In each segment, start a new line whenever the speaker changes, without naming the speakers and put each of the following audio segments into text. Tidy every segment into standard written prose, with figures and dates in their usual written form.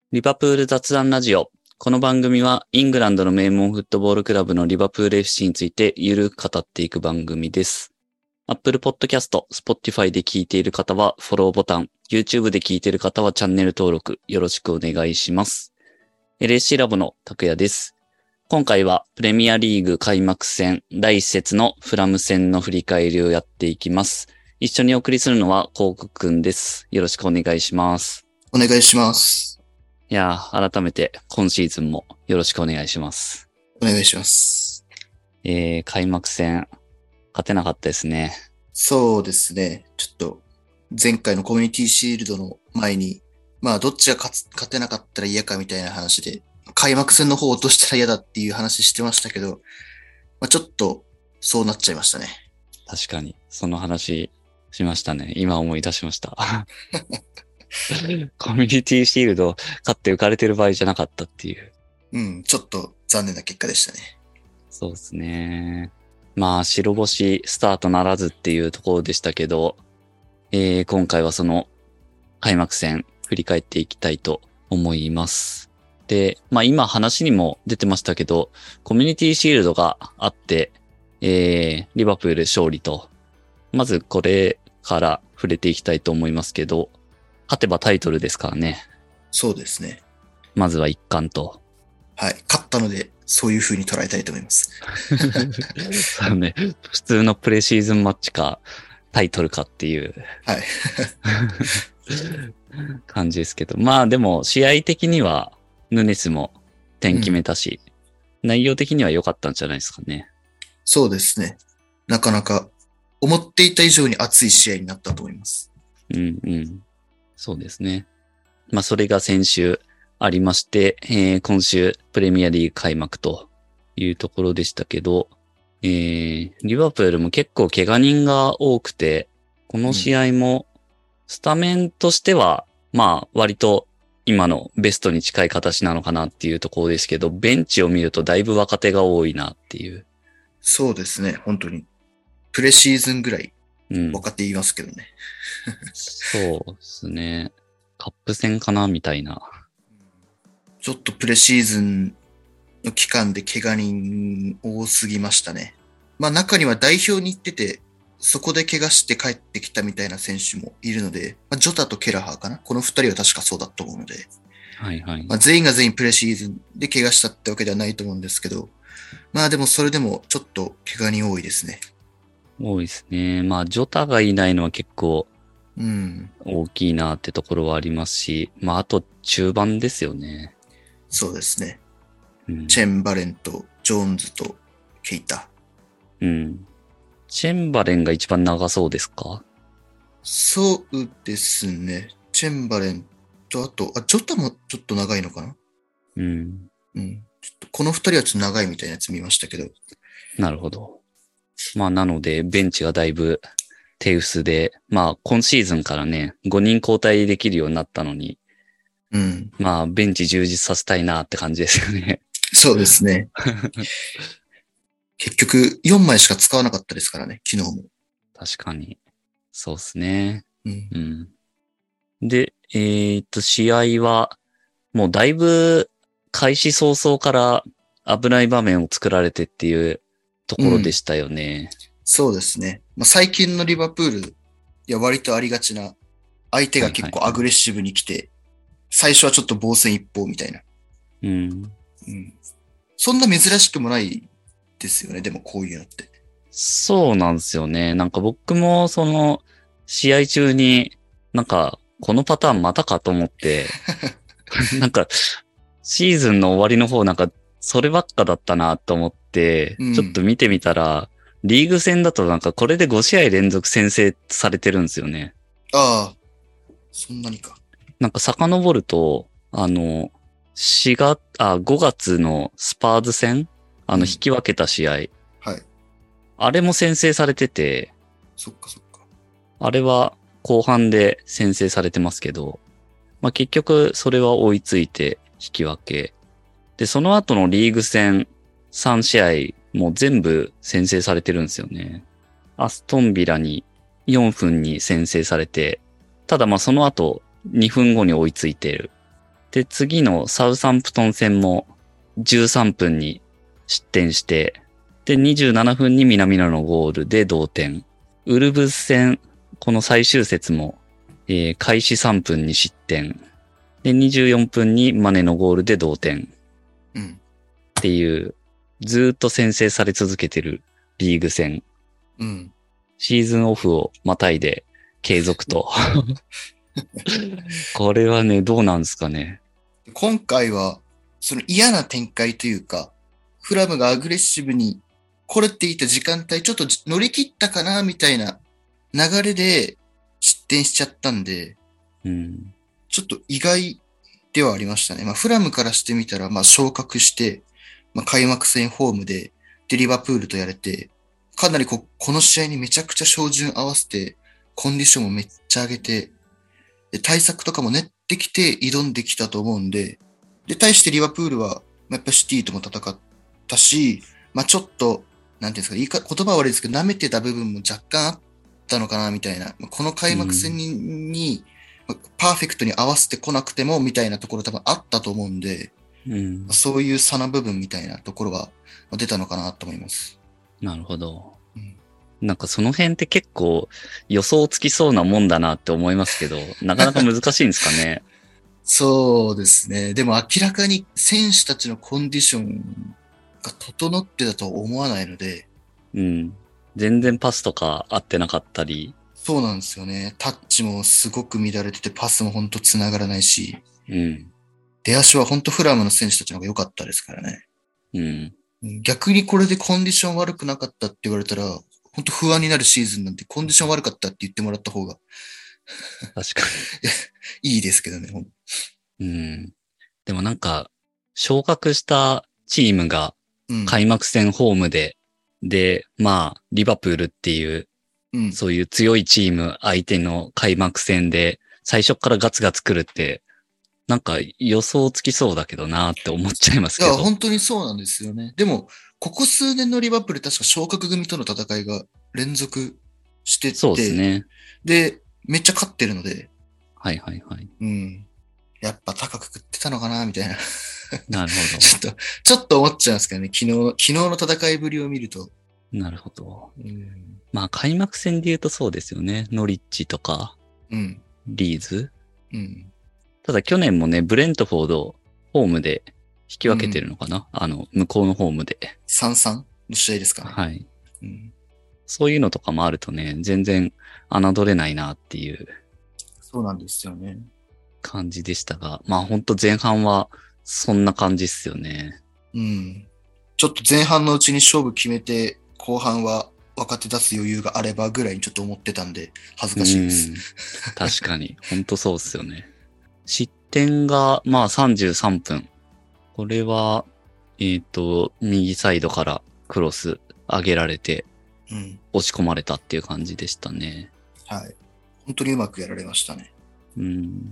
リバプール雑談ラジオ。この番組はイングランドの名門フットボールクラブのリバプール FC についてゆるく語っていく番組です。Apple Podcast、Spotify で聞いている方はフォローボタン、YouTube で聞いている方はチャンネル登録よろしくお願いします。LSC ラボの拓也です。今回はプレミアリーグ開幕戦第一節のフラム戦の振り返りをやっていきます。一緒にお送りするのはコウクくんです。よろしくお願いします。
お願いします。
いやー、改めて今シーズンもよろしくお願いします。
お願いします。
開幕戦、勝てなかったですね。
そうですね。ちょっと、前回のコミュニティシールドの前に、どっちが勝てなかったら嫌かみたいな話で、開幕戦の方を落としたら嫌だっていう話してましたけど、ちょっと、そうなっちゃいましたね。
確かに、その話しましたね。今思い出しました。コミュニティシールド勝って浮かれてる場合じゃなかったっていう。
ちょっと残念な結果でしたね。
そうですね。白星スタートならずっていうところでしたけど、今回はその開幕戦振り返っていきたいと思います。で、今話にも出てましたけど、コミュニティシールドがあって、リバプール勝利と、まずこれから触れていきたいと思いますけど、勝てばタイトルですからね。
そうですね。
まずは一冠と。
はい。勝ったので、そういう風に捉えたいと思います。
そうね。普通のプレシーズンマッチか、タイトルかっていう。
はい。
感じですけど。でも、試合的には、ヌネスも点決めたし、内容的には良かったんじゃないですかね。
そうですね。なかなか、思っていた以上に熱い試合になったと思います。
うんうん。そうですね。それが先週ありまして、今週プレミアリーグ開幕というところでしたけど、リバプールも結構怪我人が多くて、この試合もスタメンとしては、割と今のベストに近い形なのかなっていうところですけど、ベンチを見るとだいぶ若手が多いなっていう。
そうですね。本当に。プレシーズンぐらい若手言いますけどね。
そうですね。カップ戦かなみたいな。
ちょっとプレシーズンの期間で怪我人多すぎましたね。中には代表に行ってて、そこで怪我して帰ってきたみたいな選手もいるので、ジョタとケラハーかなこの二人は確かそうだと思うので。
はいはい。
全員が全員プレシーズンで怪我したってわけではないと思うんですけど、でもそれでもちょっと怪我人多いですね。
多いですね。ジョタがいないのは結構、大きいなってところはありますし、あと中盤ですよね。
そうですね。チェンバレンとジョーンズとケイタ。
チェンバレンが一番長そうですか？
そうですね。チェンバレンと、あと、ジョタもちょっと長いのかな？ちょっとこの二人はちょっと長いみたいなやつ見ましたけど。
なるほど。なので、ベンチがだいぶ手薄で、今シーズンからね、5人交代できるようになったのに、ベンチ充実させたいなって感じですよね。
そうですね。結局、4枚しか使わなかったですからね、昨日も。
確かに。そうですね。で、試合は、もうだいぶ開始早々から危ない場面を作られてっていうところでしたよね。
そうですね。最近のリバプール、割とありがちな、相手が結構アグレッシブに来て、最初はちょっと防戦一方みたいな。そんな珍しくもないですよね、でもこういうのって。
そうなんですよね。僕もその試合中にこのパターンまたかと思って、シーズンの終わりの方そればっかだったなと思って、ちょっと見てみたら、リーグ戦だとこれで5試合連続先制されてるんですよね。
ああ、そんなにか。
遡ると、5月のスパーズ戦引き分けた試合。はい。あれも先制されてて。
そっかそっか。
あれは後半で先制されてますけど、結局それは追いついて引き分け。で、その後のリーグ戦3試合も全部先制されてるんですよね。アストンビラに4分に先制されて、ただその後2分後に追いついてる。 で、次のサウサンプトン戦も13分に失点して、で、27分に南野のゴールで同点。ウルブス戦、この最終節も、開始3分に失点。で、24分にマネのゴールで同点。
うん。
っていう、ずーっと先制され続けてるリーグ戦。
うん。
シーズンオフをまたいで継続と。これはね、どうなんですかね。
今回は、その嫌な展開というか、フラムがアグレッシブに来れていた時間帯、ちょっと乗り切ったかな、みたいな流れで失点しちゃったんで、
うん。
ちょっと意外ではありましたね。まあ、フラムからしてみたら、まあ、昇格して、まあ、開幕戦ホームで、リバプールとやれて、かなりこの試合にめちゃくちゃ照準合わせて、コンディションもめっちゃ上げて、で対策とかも練ってきて挑んできたと思うんで、で、対してリバプールは、やっぱシティとも戦ったし、まあちょっと、なんていうんですか、言葉は悪いですけど、舐めてた部分も若干あったのかな、みたいな。この開幕戦にパーフェクトに合わせてこなくても、みたいなところ多分あったと思うんで、
うん。
そういう差な部分みたいなところが出たのかなと思います。
なるほど。
うん、
なんかその辺って結構予想つきそうなもんだなって思いますけど、なかなか難しいんですかね。
そうですね。でも明らかに選手たちのコンディションが整ってたとは思わないので、
うん。全然パスとか合ってなかったり。
そうなんですよね。タッチもすごく乱れてて、パスもほんと繋がらないし、
うん。
出足はほんとフラムの選手たちの方が良かったですからね。
うん。
逆にこれでコンディション悪くなかったって言われたら、ほんと不安になるシーズンなんで、コンディション悪かったって言ってもらった方が
確か
いいですけどね。
に。うん。でもなんか、昇格したチームが
うん。
開幕戦ホームで、まあ、リバプールっていう、
うん。
そういう強いチーム相手の開幕戦で、最初からガツガツ来るって、なんか予想つきそうだけどなって思っちゃいます
いや、
けど。
本当にそうなんですよね。でも、ここ数年のリバプール確か昇格組との戦いが連続して
そうです
て、
ね。
で、めっちゃ勝ってるので、
はいはいはい。
うん。やっぱ高く食ってたのかなみたいな
なるほど。
ちょっと思っちゃうんですけどね。昨日の戦いぶりを見ると。
なるほど。
うん。
まあ開幕戦で言うとそうですよね。ノリッチとか、
うん。
リーズ。
うん。
ただ去年もね、ブレントフォード、ホームで引き分けてるのかな、向こうのホームで。
3-3の試合ですかね。
はい。
うん。
そういうのとかもあるとね、全然侮れないなっていう
そうなんですよね。
感じでしたが、まあほんと前半はそんな感じっすよね。
うん。ちょっと前半のうちに勝負決めて、後半は若手出す余裕があればぐらいにちょっと思ってたんで、恥ず
う
かしいです。
ん。確かに。ほんとそうっすよね。失点が、まあ33分。これは、右サイドからクロス上げられて
うん。
押し込まれたっていう感じでしたね。
はい。本当にうまくやられましたね。
うん。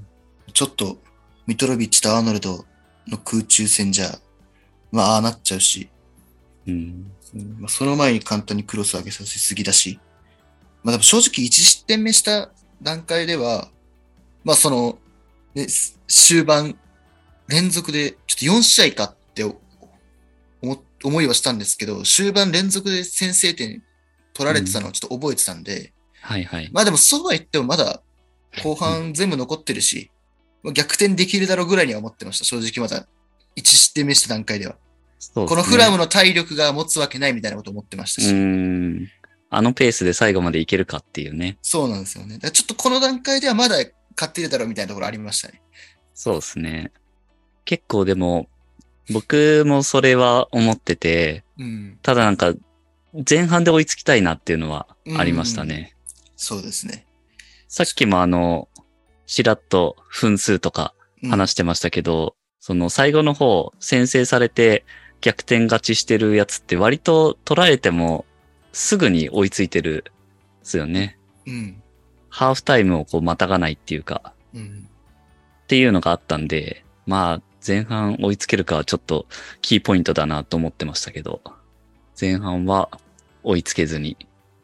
ちょっと、ミトロビッチとアーノルドの空中戦じゃ、まあ、ああなっちゃうし、
うん。
まあ、その前に簡単にクロス上げさせすぎだし、まあ、でも正直1失点目した段階では、まあ、ね、終盤、連続で、ちょっと4試合かって思いはしたんですけど、終盤連続で先制点取られてたのをちょっと覚えてたんで、
はいはい。
まあでもそうは言ってもまだ後半全部残ってるし、逆転できるだろうぐらいには思ってました。正直まだ1失点目した段階では。
そうですね。
このフラムの体力が持つわけないみたいなこと思ってました
う
し。
ん。あのペースで最後までいけるかっていうね。
そうなんですよね。だからちょっとこの段階ではまだ勝ってるだろうみたいなところありましたね。
そうですね。結構でも、僕もそれは思ってて、
うん。
ただなんか、前半で追いつきたいなっていうのは
う
ありました
ん。
ね。
そうですね。
さっきもちらっと分数とか
うん。
話してましたけど、その最後の方、先制されて逆転勝ちしてるやつって割と取られてもすぐに追いついてるんですよね。
うん。
ハーフタイムをこうまたがないっていうか、
うん。
っていうのがあったんで、まあ前半追いつけるかはちょっとキーポイントだなと思ってましたけど、前半は追いつけずに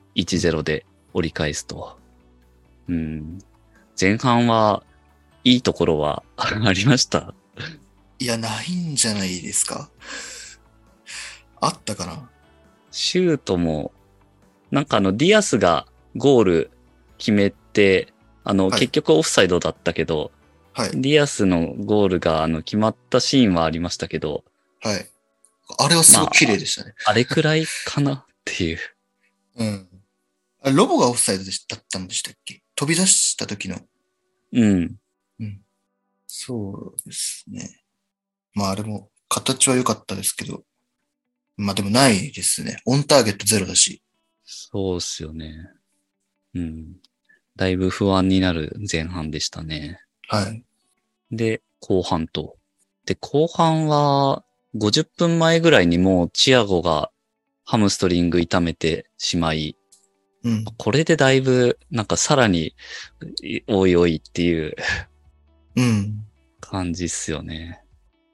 1-0で折り返すと。うん。前半はいいところはありました
いや、ないんじゃないですか。あったかな。
シュートも、なんかディアスがゴール決めて、
はい。
結局オフサイドだったけど、
はい。
ディアスのゴールが決まったシーンはありましたけど、
はい。あれはすごく綺麗
まあ、
でしたね。
あれくらいかなっていう。
うん。ロボがオフサイドだったんでしたっけ？飛び出した時の。
うん。
うん。そうですね。まああれも形は良かったですけど、まあでもないですね。オンターゲットゼロだし。
そうっすよね。うん。だいぶ不安になる前半でしたね。
はい。
で、後半と。で、後半は50分前ぐらいにもうチアゴがハムストリング痛めてしまい、
うん。
これでだいぶなんかさらにおいおいっていう
うん。
感じっすよね。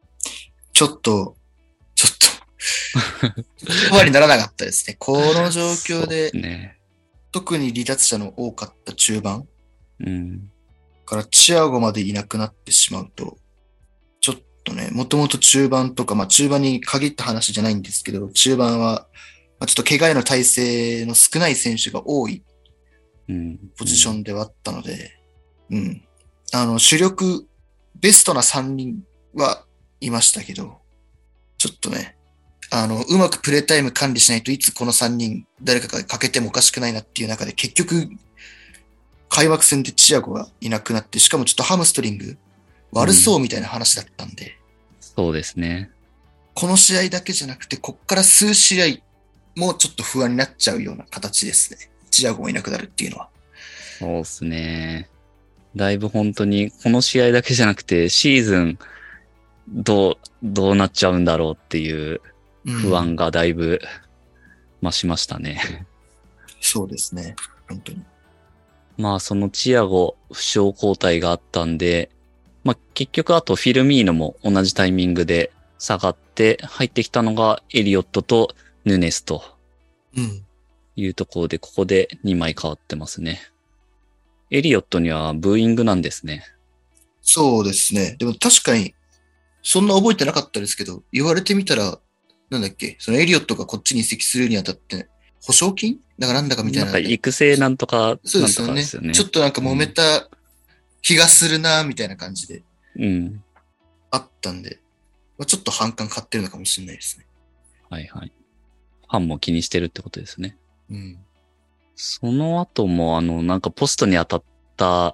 ちょっと言葉にならなかったですね。この状況
そうです
で、
ね。
特に離脱者の多かった中盤
うん。
からチアゴまでいなくなってしまうと、ちょっとね、もともと中盤とか、まあ中盤に限った話じゃないんですけど、中盤は、まあ、ちょっと怪我への耐性の少ない選手が多い
うん。
ポジショ
うん。
ンではあったので、うん。主力、ベストな3人はいましたけど、ちょっとね、うまくプレータイム管理しないといつこの3人誰かが欠けてもおかしくないなっていう中で結局開幕戦でチアゴがいなくなって、しかもちょっとハムストリング悪そう
うん。
みたいな話だったんで、
そうですね。
この試合だけじゃなくて、こっから数試合もちょっと不安になっちゃうような形ですね。チアゴもいなくなるっていうのは。
そうですね。だいぶ本当にこの試合だけじゃなくてシーズンどうなっちゃうんだろうっていう
うん。
不安がだいぶ増しましたね。
そうですね。本当に。
まあそのチアゴ負傷交代があったんで、まあ結局あとフィルミーノも同じタイミングで下がって入ってきたのがエリオットとヌネスと
うん。
いうところで、ここで2枚変わってますね。エリオットにはブーイングなんですね。
そうですね。でも確かに、そんな覚えてなかったですけど、言われてみたら、なんだっけ、そのエリオットがこっちに移籍するにあたって、保証金だからなんだかみたい
なんか
なので、
育成なんとか
そうで
なんとかで
すよね。
すよね。
ちょっとなんか揉め
うん。
た気がするな、みたいな感じで
うん。
あったんで、まあ、ちょっと反感買ってるのかもしれないですね。
はいはい。ファンも気にしてるってことですね。
うん。
その後もなんかポストに当たった、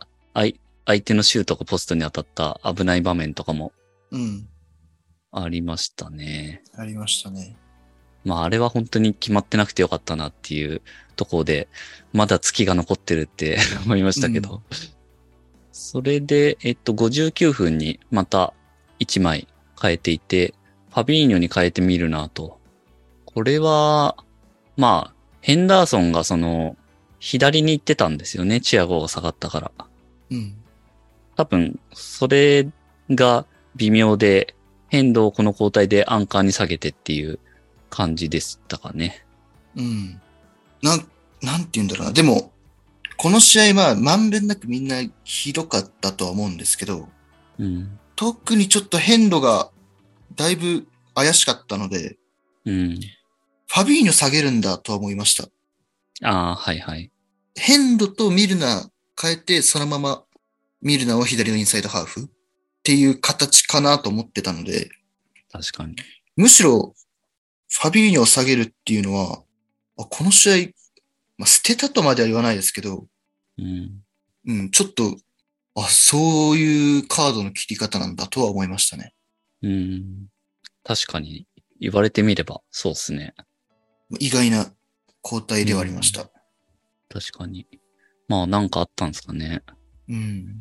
相手のシュートがポストに当たった危ない場面とかも
うん。
ありましたね。
ありましたね。
まああれは本当に決まってなくてよかったなっていうところで、まだ月が残ってるって思いまし
うん。
たけど。それで、59分にまた1枚変えていて、ファビーニョに変えてみるなと。これは、まあ、ヘンダーソンが左に行ってたんですよね。チアゴが下がったから。
うん。
多分、それが微妙で、変動をこの交代でアンカーに下げてっていう感じでしたかね。
うん。なんて言うんだろうな。でも、この試合はまんべんなくみんなひどかったとは思うんですけど、
うん。
特にちょっと変度がだいぶ怪しかったので、
うん。
ファビーニョ下げるんだとは思いました。
ああ、はいはい。
変度とミルナ変えて、そのままミルナを左のインサイドハーフっていう形かなと思ってたので、
確かに。
むしろファビーニョを下げるっていうのは、この試合、まあ、捨てたとまでは言わないですけど、
うん。
うん、ちょっと、そういうカードの切り方なんだとは思いましたね。
うん。確かに、言われてみれば、そうっすね。
意外な交代
う
ではありまし
ん。
た。
確かに。まあ、なんかあったんですかね。
うん。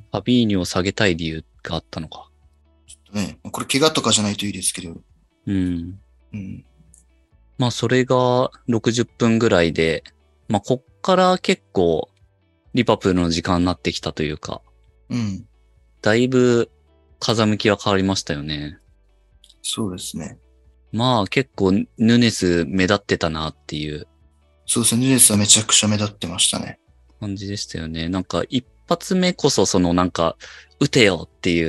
ファビーニョを下げたい理由があったのか。
ね、これ怪我とかじゃないといいですけど、
うん。
うん。
まあ、それが60分ぐらいで、まあ、こっから結構、リバプールの時間になってきたというか、
うん。
だいぶ風向きは変わりましたよね。
そうですね。
まあ結構ヌネス目立ってたなっていう
そうですね。ヌネスはめちゃくちゃ目立ってましたね。
感じでしたよね。なんか一発目こそなんか撃てよっていう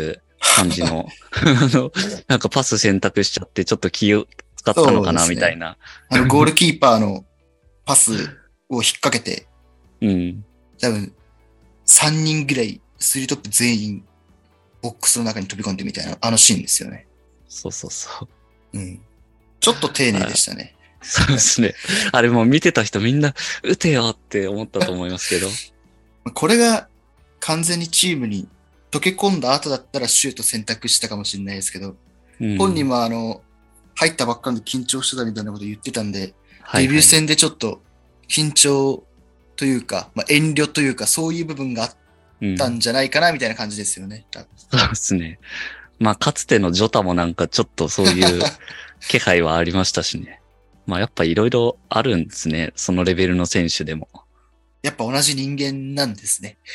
感じの、なんかパス選択しちゃってちょっと気を使ったのかな、みたいな。
ゴールキーパーのパスを引っ掛けて、
うん。
多分3人ぐらいスリートップ全員ボックスの中に飛び込んでみたいな、あのシーンですよね。
そうそうそう。
うん。ちょっと丁寧でしたね。
そうですね。あれもう見てた人みんな打てよって思ったと思いますけど。
これが完全にチームに溶け込んだ後だったらシュート選択したかもしれないですけど、
うん、
本人も入ったばっかりで緊張してたみたいなこと言ってたんで、
はいはい、
デビュー戦でちょっと緊張というか、まあ、遠慮というか、そういう部分があったんじゃないかなみたいな感じですよね。
そうですね。まあ、かつてのジョタもなんかちょっとそういう気配はありましたしね。まあ、やっぱいろいろあるんですね。そのレベルの選手でも。
やっぱ同じ人間なんですね。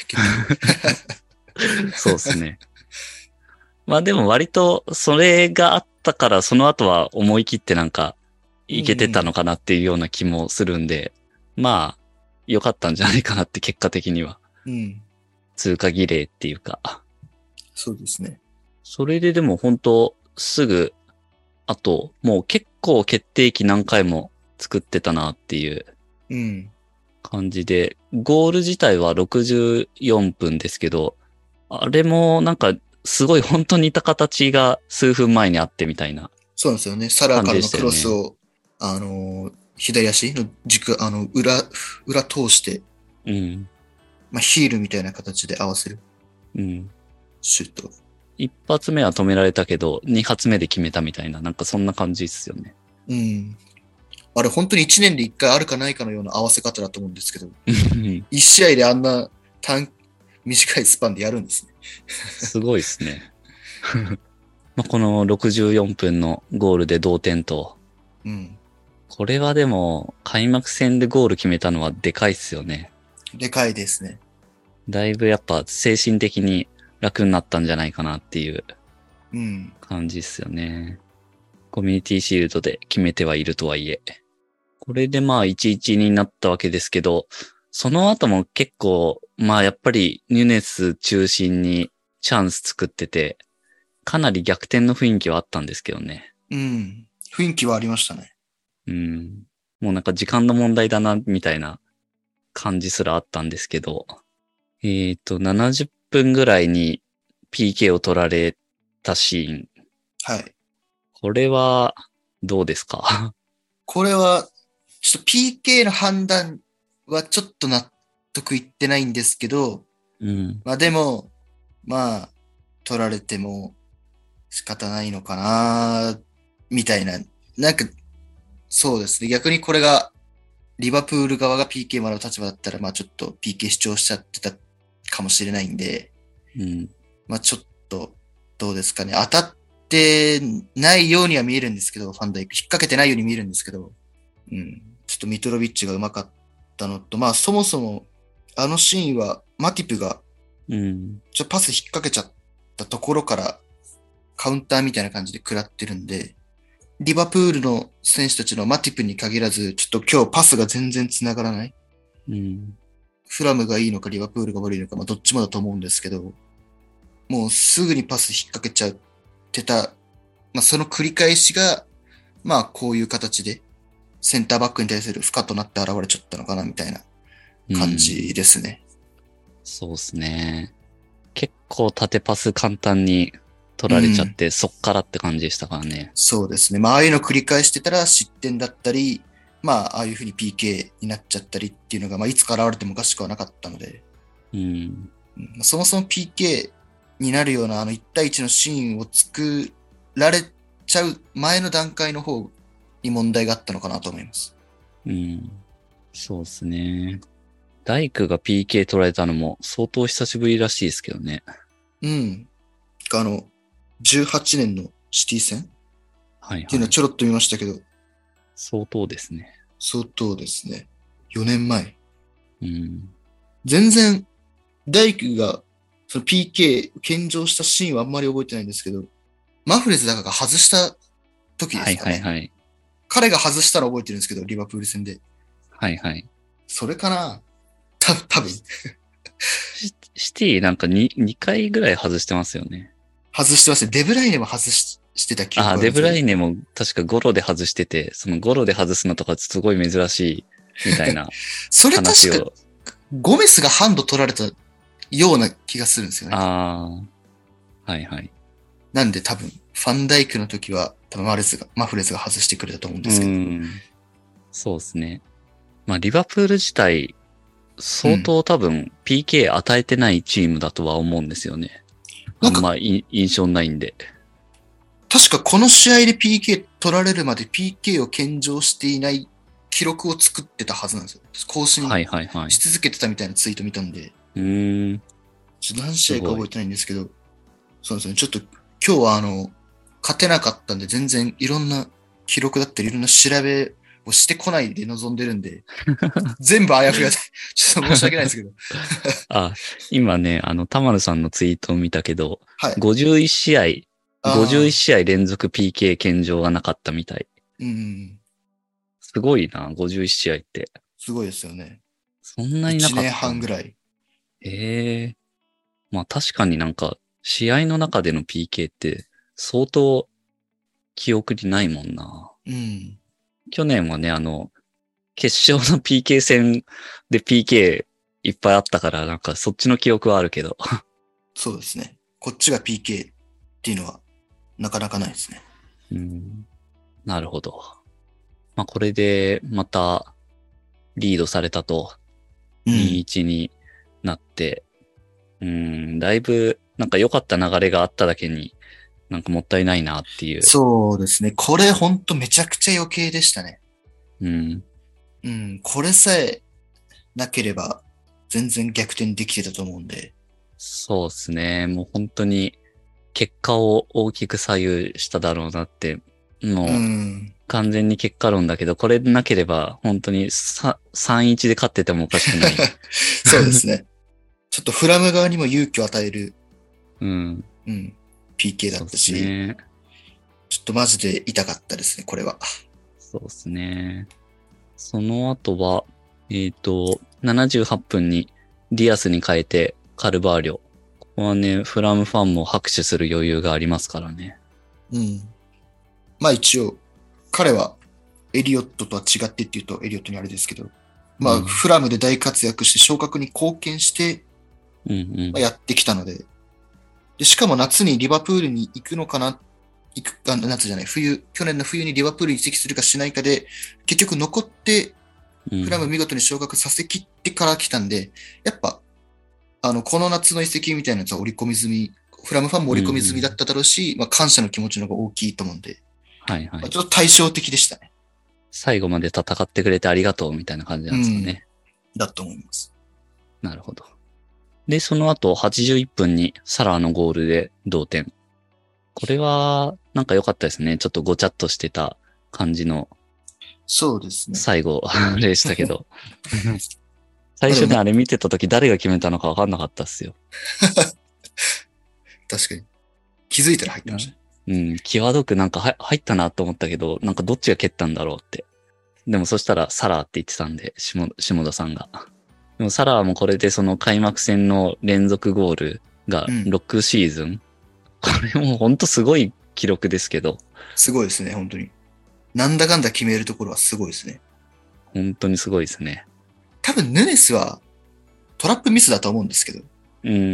そうですね。まあでも割とそれがあったからその後は思い切ってなんかいけてたのかなっていうような気もするんで、まあ良かったんじゃないかなって結果的には。
うん。
通過儀礼っていうか。
そうですね。
それででも本当すぐ、あともう結構決定機何回も作ってたなっていう感じで、ゴール自体は64分ですけど、あれもなんかすごい本当に似た形が数分前にあってみたいな。
そうなんですよね。サラからのクロスを、左足の軸、裏通して、
うん。
まあ、ヒールみたいな形で合わせる。
うん。
シュート。
一発目は止められたけど、二発目で決めたみたいな、なんかそんな感じですよね。
うん。あれ本当に1年で1回あるかないかのような合わせ方だと思うんですけど、1試合であんな短いスパンでやるんですね。
すごいですね。まあこの64分のゴールで同点と、
うん。
これはでも開幕戦でゴール決めたのはでかいっすよね。
でかいですね。
だいぶやっぱ精神的に楽になったんじゃないかなっていう感じっすよね。コミュニティシールドで決めてはいるとはいえ。これでまあ1-1になったわけですけど、その後も結構、まあやっぱりニュネス中心にチャンス作ってて、かなり逆転の雰囲気はあったんですけどね。
うん。雰囲気はありましたね。
うん。もうなんか時間の問題だな、みたいな感じすらあったんですけど、70分ぐらいに PK を取られたシーン。
はい。
これは、どうですか？
これは、ちょっと PK の判断はちょっと納得いってないんですけど、
うん。
まあでも、まあ、取られても仕方ないのかな、みたいな。なんか、そうですね。逆にこれが、リバプール側が PK もらう立場だったら、まあちょっと PK 主張しちゃってたかもしれないんで、
うん。
まあちょっと、どうですかね。当たってないようには見えるんですけど、ファンダイク。引っ掛けてないように見えるんですけど、うん。ちょっとミトロビッチが上手かったのと、まあそもそも、あのシーンは、マティプが、
うん。
パス引っ掛けちゃったところから、カウンターみたいな感じで食らってるんで、リバプールの選手たちのマティプに限らず、ちょっと今日パスが全然繋がらない。
うん。
フラムがいいのかリバプールが悪いのか、まあどっちもだと思うんですけど、もうすぐにパス引っ掛けちゃってた、まあその繰り返しが、まあこういう形で、センターバックに対する負荷となって現れちゃったのかな、みたいな感じですね。
そうですね。結構縦パス簡単に取られちゃって、そっからって感じでしたからね。
そうですね。まあああいうの繰り返してたら失点だったり、まあああいうふうに PK になっちゃったりっていうのが、まあいつか現れてもおかしくはなかったので、そもそも PK になるような1対1のシーンを作られちゃう前の段階の方に問題があったのかなと思います。
そうですね。ダイクが PK 取られたのも相当久しぶりらしいですけどね。
18年のシティ戦
はいはい。
っていうのはちょろっと見ましたけど。
相当ですね。
相当ですね。4年前。
全
然、ダイクがその PK 献上したシーンはあんまり覚えてないんですけど、マフレズだかが外した時ですかね。
はいはいはい。
彼が外したの覚えてるんですけど、リバプール戦で。
はいはい。
それかな多分
シティなんか2回ぐらい外してますよね。
外してますね。デブライネもしてた記憶
ああ、
あるんですよ。
デブライネも確かゴロで外してて、そのゴロで外すのとかすごい珍しいみたいな
それ
話
確か、
を。
ゴメスがハンド取られたような気がするんですよね。
ああ、はいはい。
なんで多分、ファンダイクの時は、多分マフレスが外してくれたと思うんで
う
すけど。
ん。そうですね。まあ、リバプール自体、相
うん。
当多分 PK 与えてないチームだとは思うんですよね。あ
なんか、
んま印象ないんで。
確かこの試合で PK 取られるまで PK を献上していない記録を作ってたはずなんですよ。更新
はいはいはい。
し続けてたみたいなツイート見たんで、
うーん、
ちょっと何試
すごい。
合か覚えてないんですけど、そうですね。ちょっと今日は勝てなかったんで全然いろんな記録だったりいろんな調べをしてこないで臨んでるんで、全部あやふやで、ちょっと申し訳ないですけど。
あ、今ね、田丸さんのツイートを見たけど、
はい。
51試合、51
ああ、
試合連続 PK 献上がなかったみたい。
うん、
すごいな、51試合って。
すごいですよね。
そんなにな
1
かっ
年
たんだ。
半ぐらい。
ええ、まあ確かになんか、試合の中での PK って相当記憶にないもんな。
うん。
去年はね、決勝の PK 戦で PK いっぱいあったから、なんかそっちの記憶はあるけど。
そうですね。こっちが PK っていうのはなかなかないですね。
うん、なるほど。まあこれでまたリードされたと
うん。
2-1になって、だいぶなんか良かった流れがあっただけになんかもったいないなっていう。
そうですね。これほんとめちゃくちゃ余計でしたね。
うん、
うん。これさえなければ全然逆転できてたと思うんで。
そうですね。もう本当に結果を大きく左右しただろうなって、
う
もう
ん。
完全に結果論だけど、これなければ本当に3-1で勝っててもおかしくない。
そうですね。ちょっとフラム側にも勇気を与える、
うん。
うん、PK だ
そうです
ったし、
ね。
ちょっとマジで痛かったですね、これは。
そうですね。その後は、78分にディアスに変えてカルバーリョ。ここはね、フラムファンも拍手する余裕がありますからね。
うん。まあ一応、彼はエリオットとは違ってっていうとエリオットにあれですけど、まあ
うん。
フラムで大活躍して昇格に貢献して、
うんうん。
まあ、やってきたので、で、しかも夏にリバプールに行くのかな、夏じゃない、去年の冬にリバプールに移籍するかしないかで、結局残って、フラム
うん。
見事に昇格させきってから来たんで、やっぱ、この夏の移籍みたいなやつは織り込み済み、フラムファンも織り込み済みだっただろうし、まあ感謝の気持ちの方が大きいと思うんで、まあ、
はいはい。
ちょっと対照的でしたね。
最後まで戦ってくれてありがとうみたいな感じなんですか
うん。
ね。
だと思います。
なるほど。で、その後81分にサラーのゴールで同点。これはなんか良かったですね。ちょっとごちゃっとしてた感じの
そうですね。
最後でしたけど。最
まあでも
初ね、あれ見てた時誰が決めたのか分かんなかったっすよ。
確かに。気づいたら入ってましたね。
うん、際どくなんか入ったなと思ったけど、なんかどっちが蹴ったんだろうって。でもそしたらサラーって言ってたんで、下田さんが。でもサラーもこれでその開幕戦の連続ゴールが
うん。
6シーズン。これもほんとすごい記録ですけど、
すごいですね、本当に。なんだかんだ決めるところはすごいですね。
本当にすごいですね。
多分、ヌネスはトラップミスだと思うんですけど、
うん、うん。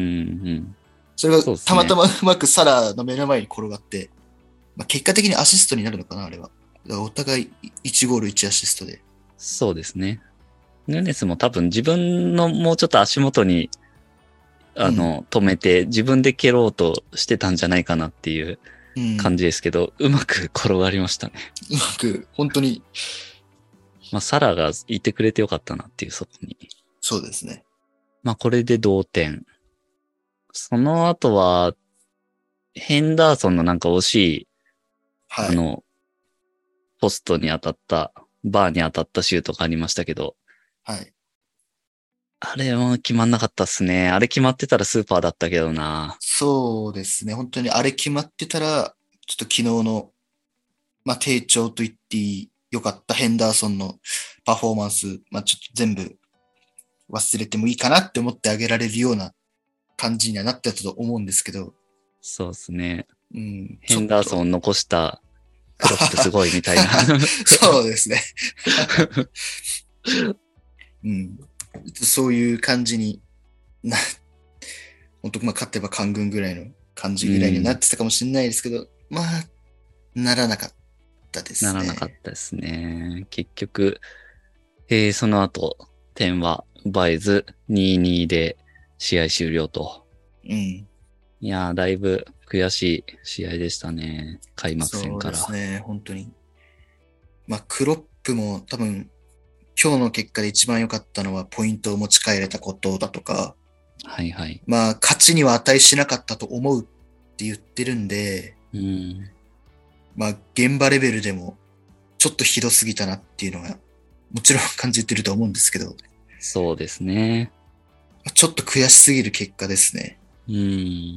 それが
そうですね。
たまたまうまくサラの目の前に転がって、まあ、結果的にアシストになるのかな、あれは。だからお互い1ゴール1アシストで。
そうですね。ヌネスも多分自分のもうちょっと足元に、
うん。
止めて自分で蹴ろうとしてたんじゃないかなっていう
うん。
感じですけど、うまく転がりましたね。
うまく、本当に、
まあ、サラがいてくれてよかったなっていう、そこに。
そうですね。
まあ、これで同点。その後は、ヘンダーソンのなんか惜しい、
はい。
ポストに当たった、バーに当たったシュートがありましたけど、
はい。
あれは決まんなかったっすね。あれ決まってたらスーパーだったけどな。
そうですね。本当にあれ決まってたら、ちょっと昨日の、まあ、低調と言っていい、良かったヘンダーソンのパフォーマンス、まあ、ちょっと全部忘れてもいいかなって思ってあげられるような感じにはなってたと思うんですけど、
そうですね。
うん。
ヘンダーソンを残したクロップすごいみたいな。
そうですね。うん。そういう感じにな、本当まあ勝てば官軍ぐらいの感じぐらいになってたかもしれないですけど、まあ、ならなかったですね。
ならなかったですね。結局、その後、点は奪えず、2-2で試合終了と。
うん。
いやー、だいぶ悔しい試合でしたね。開幕戦から。
そうですね、本当に。まあ、クロップも多分、今日の結果で一番良かったのはポイントを持ち帰れたことだとか、
はいはい。
まあ、勝ちには値しなかったと思うって言ってるんで、
うん。
まあ、現場レベルでも、ちょっとひどすぎたなっていうのが、もちろん感じてると思うんですけど、
そうですね。
ちょっと悔しすぎる結果ですね。
うん。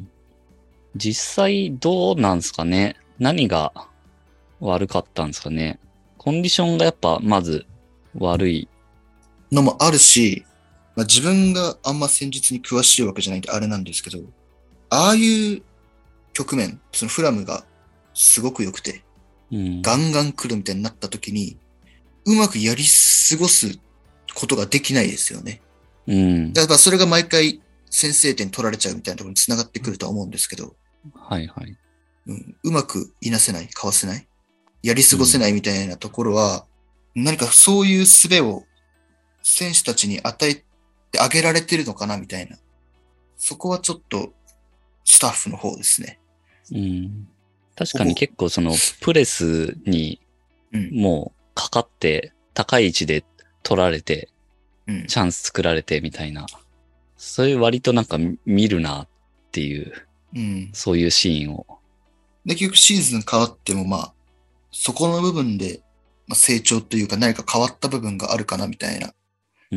実際どうなんですかね。何が悪かったんですかね。コンディションがやっぱまず悪い。
のもあるし、まあ、自分があんま戦術に詳しいわけじゃないんであれなんですけど、ああいう局面、そのフラムがすごく良くて、
うん。
ガンガン来るみたいになった時に、うまくやり過ごすことができないですよね。
うん。
だからそれが毎回先制点取られちゃうみたいなところに繋がってくるとは思うんですけど、
はいはい。
うまくいなせない、かわせない、やり過ごせ
うん。
ないみたいなところは、何かそういう術を選手たちに与えてあげられてるのかなみたいな。そこはちょっとスタッフの方ですね。
うん。確
ほぼ、
かに結構そのプレスに
うん、
もうかかって高い位置で取られて
うん、
チャンス作られてみたいな。そういう割となんか見るなっていう、
うん。
そういうシーンを。
で、結局シーズン変わってもまあ、そこの部分で、まあ、成長というか何か変わった部分があるかなみたいな。
うん。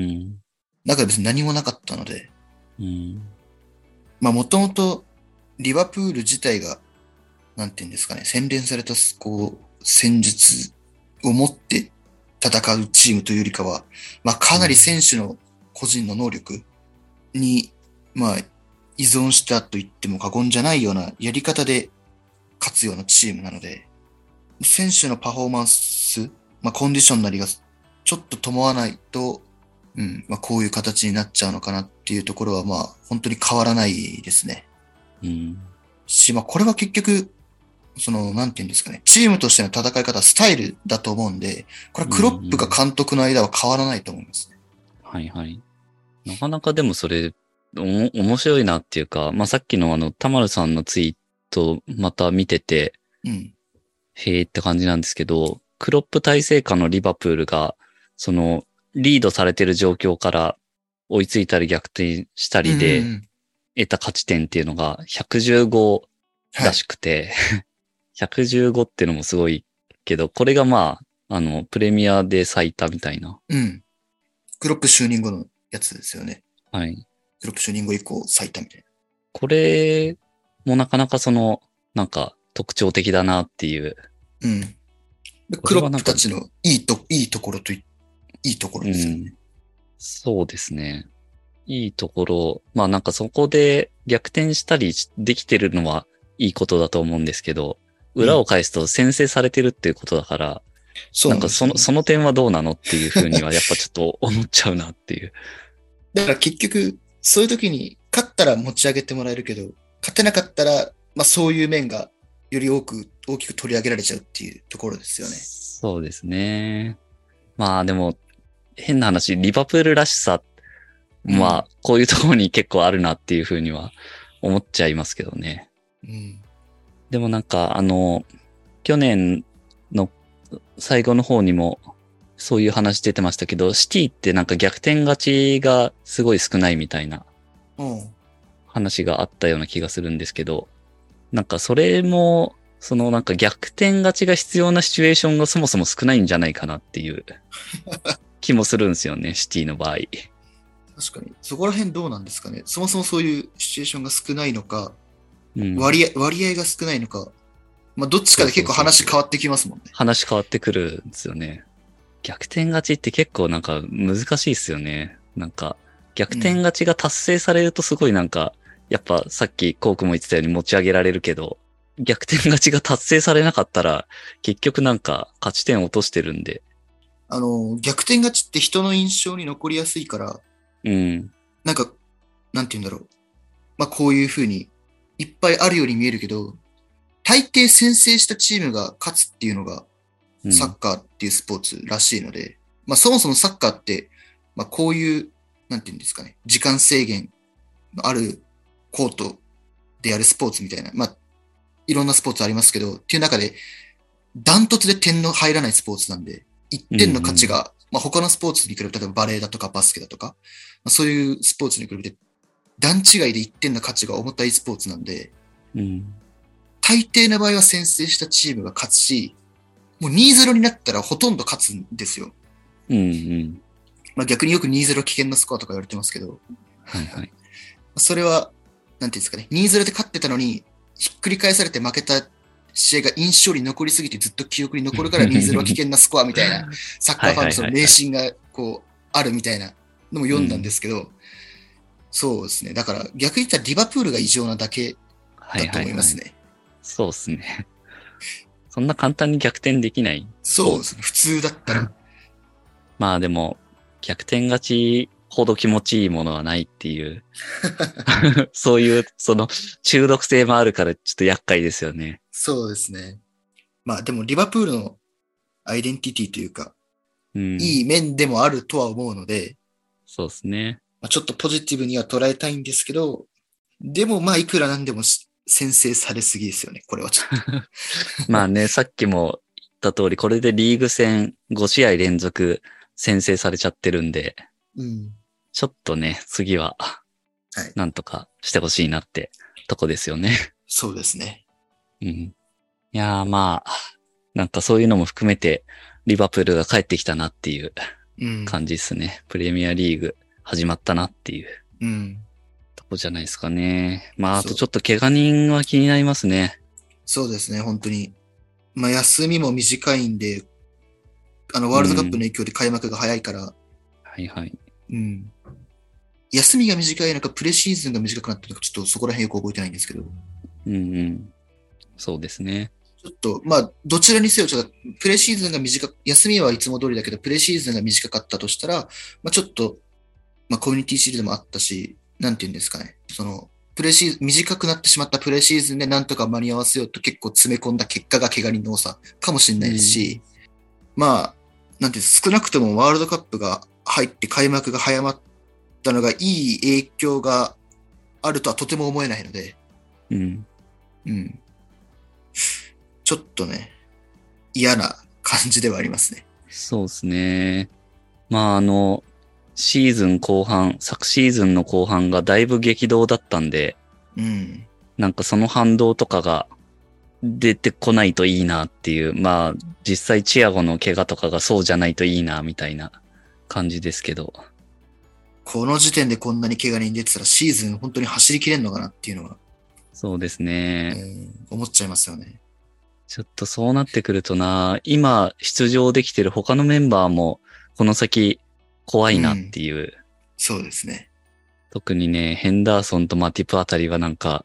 中で別に何もなかったので、
うん。
まあもともとリバプール自体が、なんていうんですかね、洗練されたこう、戦術を持って戦うチームというよりかは、まあかなり選手の個人の能力に、まあ依存したと言っても過言じゃないようなやり方で勝つようなチームなので、選手のパフォーマンス、まあコンディションなりがちょっと伴わないと、まあこういう形になっちゃうのかなっていうところはまあ本当に変わらないですね。
うん。
まあこれは結局、なんていうんですかね、チームとしての戦い方、スタイルだと思うんで、これはクロップが監督の間は変わらないと思いますね。
はいはい。なかなかでもそれ、面白いなっていうか、まあ、さっきの田丸さんのツイートまた見てて、
うん。
へーって感じなんですけど、クロップ体制下のリバプールが、リードされてる状況から追いついたり逆転した
うんうんう
りで
ん。
得た勝ち点っていうのが115ら
はい。
しくて、115っていうのもすごいけど、これがまあ、プレミアで最多みたいな。
うん。クロップ就任後のやつですよね。
はい。
クロップ就任後以降最多みたい
これもなかなかなんか特徴的だなっていう。
な。うん。で
こ
クロッ
れはなんか、
プたちのいいところといいところ
うん、
ですよね。
そうですね。いいところ、まあなんかそこで逆転したりできてるのはいいことだと思うんですけど、
うん。
裏を返すと先制されてるっていうことだから、
そう
なんか
なんですよね。
その点はどうなのっていうふうにはやっぱちょっと思っちゃうなっていう。
だから結局、そういう時に勝ったら持ち上げてもらえるけど、勝てなかったら、まあそういう面がより大きく取り上げられちゃうっていうところですよね。
そうですね。まあでも変な話、リバプールらしさ、
うん。
まあこういうところに結構あるなっていうふうには思っちゃいますけどね。
うん。
でもなんか去年の最後の方にもそういう話出てましたけど、シティってなんか逆転勝ちがすごい少ないみたいな
うん。
話があったような気がするんですけど、なんかそれも、なんか逆転勝ちが必要なシチュエーションがそもそも少ないんじゃないかなっていう気もするんですよね、シティの場合。
確かに。そこら辺どうなんですかね。そもそもそういうシチュエーションが少ないのか、
うん。
割合が少ないのか、まあどっちか
そう
で結構
そうそうそう。
話変わってきますもんね。
話変わってくるんですよね。逆転勝ちって結構なんか難しいですよね。なんか逆
うん。
転勝ちが達成されるとすごいなんかやっぱさっきコークも言ってたように持ち上げられるけど、逆転勝ちが達成されなかったら、結局なんか勝ち点落としてるんで。
逆転勝ちって人の印象に残りやすいから、
うん。
なんか、なんて言うんだろう。まあ、こういう風にいっぱいあるように見えるけど、大抵先制したチームが勝つっていうのが
うん。
サッカーっていうスポーツらしいので、まあそもそもサッカーって、まあこういう、なんていうんですかね、時間制限のあるコートでやるスポーツみたいな、まあいろんなスポーツありますけど、っていう中でダントツで点の入らないスポーツなんで、1
うん。
点の価
うん。
値が、まあ他のスポーツに比べて、例えばバレーだとかバスケだとか、まあ、そういうスポーツに比べて段違いで1点の価値が重たいスポーツなんで、
うん。
大抵の場合は先制したチームが勝つし、もう2-0になったらほとんど勝つんですよ。
うん。うん。
まあ逆によく2-0危険なスコアとか言われてますけど、
はいはい。
それは、なんていうんですかね、2-0で勝ってたのに、ひっくり返されて負けた試合が印象に残りすぎてずっと記憶に残るから2-0は危険なスコアみたいな、サッカ
はい
ーファンのその
はいはいはい。
迷信がこう、あるみたいなのも読んだんで
うん。
すけど、そうですね。だから逆に言ったらリバプールが異常なだけ
はい
だと
はいはい。
思いますね。
そうっすね。そんな簡単に逆転できないスポーツ。
そうですね。普通だったら。
まあでも、逆転勝ちほど気持ちいいものはないっていう、そういう、その中毒性もあるからちょっと厄介ですよね。
そうですね。まあでもリバプールのアイデンティティというか、
うん。
いい面でもあるとは思うので、
そうですね。
まあ、ちょっとポジティブには捉えたいんですけど、でもまあいくらなんでも先制されすぎですよね。これはちょっと。
まあね、さっきも言った通り、これでリーグ戦5試合連続先制されちゃってるんで、
うん。
ちょっとね、次は
はい。
なんとかしてほしいなってとこですよね。
そうですね。
うん。いやーまあ、なんかそういうのも含めて、リバプールが帰ってきたなっていう
うん。
感じですね。プレミアリーグ始まったなっていう
うん。
とこじゃないですかね。まあ、あ
そう。
とちょっと怪我人は気になりますね。
そうですね。本当に。まあ休みも短いんで、ワールドカップの
うん。
影響で開幕が早いから、
はいはい。
うん。休みが短いのか、プレシーズンが短くなったのか、ちょっとそこら辺よく覚えてないんですけど、
うんうん。そうですね。
ちょっと、まあ、どちらにせよ、ちょっと、プレシーズンが短く、休みはいつも通りだけど、プレシーズンが短かったとしたら、まあちょっと、まあ、コミュニティシールドもあったし、なんて言うんですかね。プレシーズン、短くなってしまったプレシーズンでなんとか間に合わせようと結構詰め込んだ結果が怪我人の多さかもしれ
う
ないです
ん。
し、まあ、なんていう少なくともワールドカップが入って開幕が早まったのがいい影響があるとはとても思えないので、
うん。
うん。ちょっとね、嫌な感じではありますね。
そうですね。まあシーズン後半、昨シーズンの後半がだいぶ激動だったんで、
うん。
なんかその反動とかが出てこないといいなっていう、まあ実際チアゴの怪我とかがそうじゃないといいなみたいな感じですけど。
この時点でこんなに怪我人出てたらシーズン本当に走りきれんのかなっていうのは、
そうですね。
思っちゃいますよね。
ちょっとそうなってくるとな、今出場できてる他のメンバーもこの先怖いなっ
うん。
ていう。
そうですね。
特にね、ヘンダーソンとマティプあたりはなんか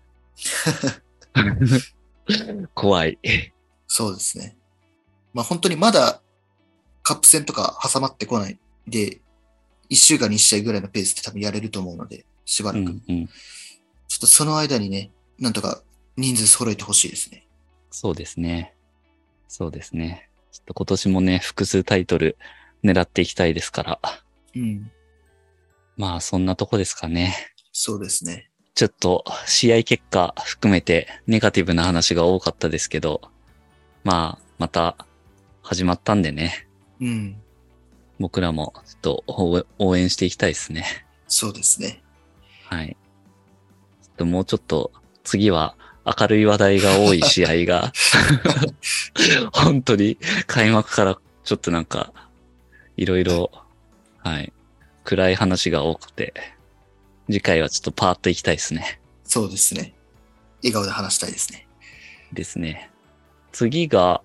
怖い。
そうですね。まあ本当にまだカップ戦とか挟まってこないで、1週間に1試合ぐらいのペースで多分やれると思うので、しばらく。
うんうん。
ちょっとその間にね、なんとか人数揃えてほしいですね。
そうですね。そうですね。ちょっと今年もね、複数タイトル狙っていきたいですから。
うん。
まあそんなとこですかね。
そうですね。
ちょっと試合結果含めてネガティブな話が多かったですけど、まあまた始まったんでね。
うん。
僕らもちょっと応援していきたいですね。
そうですね。
はい。もうちょっと次は明るい話題が多い試合が本当に開幕からちょっとなんかいろいろ、はい、暗い話が多くて、次回はちょっとパーッといきたいですね。
そうですね。笑顔で話したいですね。
ですね。次が、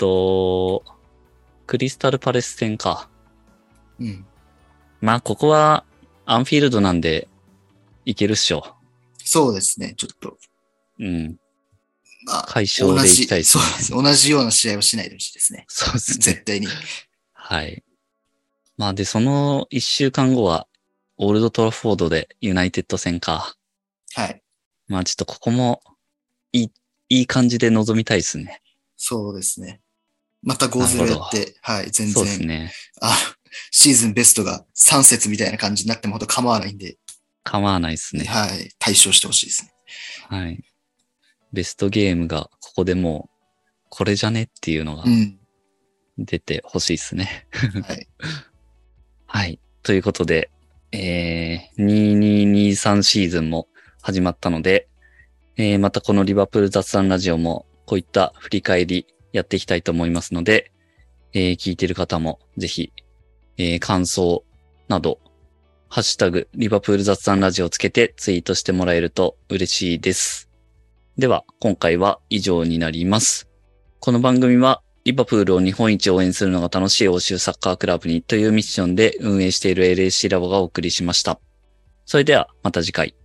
クリスタルパレス戦か。
うん。
まあ、ここはアンフィールドなんでいけるっしょ。
そうですね。ちょっと、
うん。
まあ、
解消でいきたいですね。
そうです。同じような試合をしないでほしいですね。
そうですね。
絶対に。
はい。まあで、その1週間後は、オールドトラフォードでユナイテッド戦か。
はい。
まあちょっとここも、いい感じで臨みたいですね。
そうですね。また5-0
なるほど。
やって、はい、全
そうです
然、
ね。
シーズンベストが3節みたいな感じになってもほど構わないんで、
構わないですね。
はい、対処してほしいですね。
はい。ベストゲームがここでもう、これじゃねっていうのが
うん。
出てほしいですね。
はい。
はい。ということで、2223シーズンも始まったので、またこのリバプール雑談ラジオもこういった振り返りやっていきたいと思いますので、聞いている方もぜひ、感想など、ハッシュタグリバプール雑談ラジオをつけてツイートしてもらえると嬉しいです。では、今回は以上になります。この番組はリバプールを日本一応援するのが楽しい欧州サッカークラブにというミッションで運営している LAC ラボがお送りしました。それではまた次回。